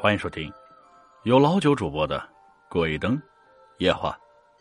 欢迎收听由老九主播的《鬼灯夜话》。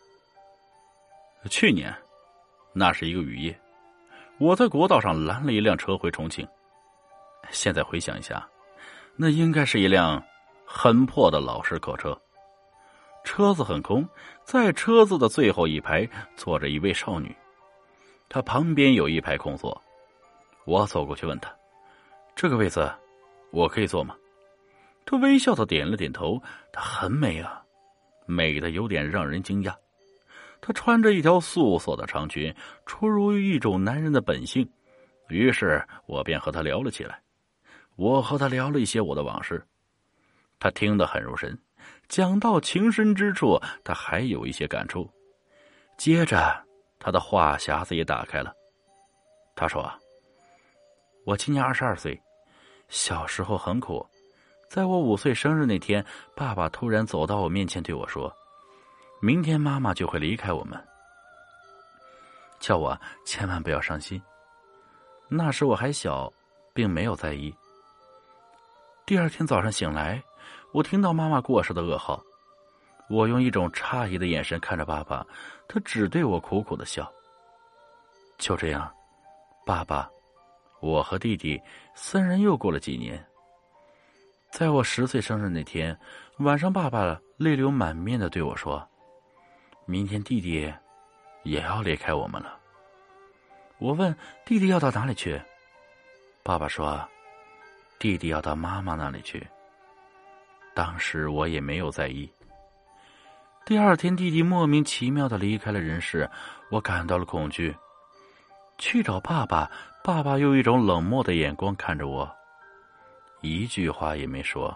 去年，那是一个雨夜，我在国道上拦了一辆车回重庆。现在回想一下，那应该是一辆很破的老式客车，车子很空，在车子的最后一排坐着一位少女，她旁边有一排空座。我走过去问她：“这个位子我可以坐吗？”她微笑的点了点头。她很美啊，美的有点让人惊讶。她穿着一条素色的长裙，出入于一种男人的本性。于是我便和她聊了起来。我和她聊了一些我的往事，她听得很入神。讲到情深之处，她还有一些感触。接着她的话匣子也打开了。她说：“我今年22岁，小时候很苦。在我5岁生日那天，爸爸突然走到我面前对我说，明天妈妈就会离开我们，叫我千万不要伤心。”那时我还小，并没有在意。第二天早上醒来，我听到妈妈过世的噩耗。我用一种诧异的眼神看着爸爸，他只对我苦苦的笑。就这样，爸爸，我和弟弟3人又过了几年。在我10岁生日那天晚上，爸爸泪流满面的对我说，明天弟弟也要离开我们了。我问弟弟要到哪里去，爸爸说弟弟要到妈妈那里去。当时我也没有在意。第二天弟弟莫名其妙的离开了人世，我感到了恐惧。去找爸爸，爸爸用一种冷漠的眼光看着我，一句话也没说。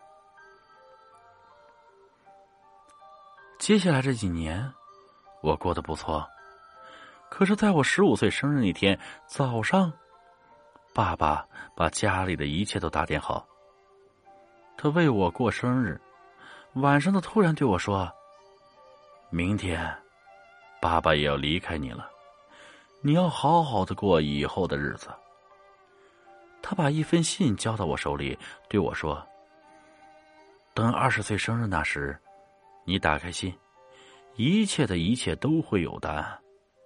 接下来这几年我过得不错，可是在我15岁生日那天早上，爸爸把家里的一切都打点好，他为我过生日。晚上他突然对我说，明天爸爸也要离开你了，你要好好的过以后的日子。他把一封信交到我手里，对我说，等20岁生日那时，你打开信，一切的一切都会有答案。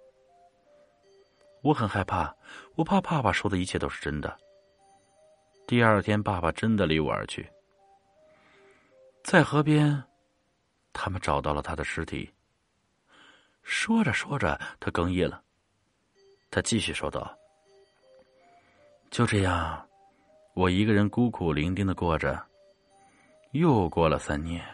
我很害怕，我怕爸爸说的一切都是真的。第二天爸爸真的离我而去。在河边，他们找到了他的尸体。说着说着，他哽咽了。他继续说道，就这样，我一个人孤苦伶仃的过着。又过了3年，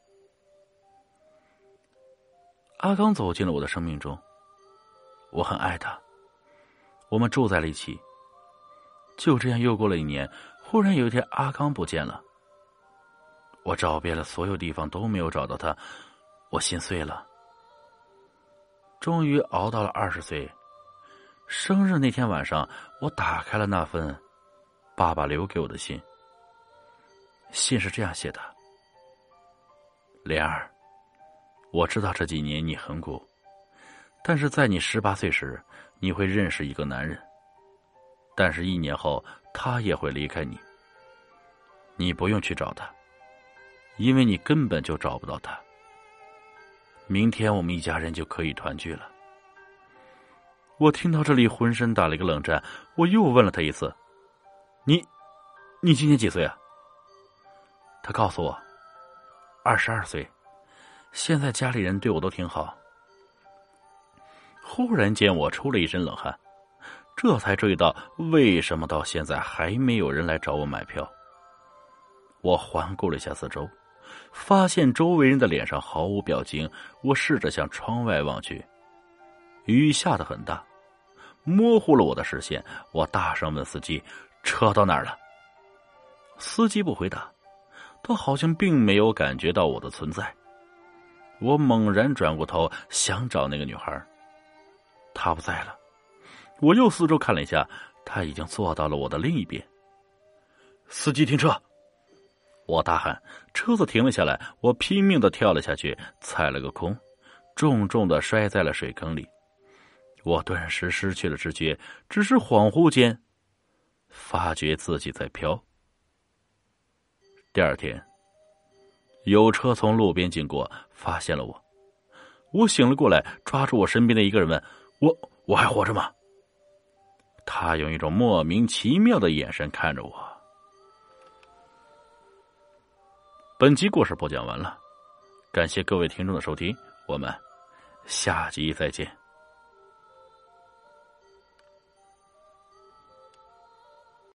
阿刚走进了我的生命中。我很爱他，我们住在了一起。就这样又过了1年，忽然有一天阿刚不见了。我找遍了所有地方都没有找到他，我心碎了。终于熬到了20岁生日那天晚上，我打开了那份爸爸留给我的信。信是这样写的，莲儿，我知道这几年你很苦，但是在你18岁时，你会认识一个男人，但是1年后他也会离开你。你不用去找他，因为你根本就找不到他。明天我们一家人就可以团聚了。我听到这里浑身打了一个冷战，我又问了他一次，你今年几岁啊？他告诉我22岁，现在家里人对我都挺好。忽然间我出了一身冷汗，这才注意到为什么到现在还没有人来找我买票。我环顾了一下四周，发现周围人的脸上毫无表情。我试着向窗外望去，雨下得很大，模糊了我的视线。我大声问司机，车到哪儿了？司机不回答，他好像并没有感觉到我的存在。我猛然转过头，想找那个女孩，她不在了。我又四周看了一下，她已经坐到了我的另一边。司机停车！我大喊，车子停了下来，我拼命的跳了下去，踩了个空，重重的摔在了水坑里。我顿时失去了知觉，只是恍惚间发觉自己在飘。第二天有车从路边经过，发现了我。我醒了过来，抓住我身边的一个人问：“我还活着吗？”他用一种莫名其妙的眼神看着我。本集故事播讲完了，感谢各位听众的收听，我们下集再见。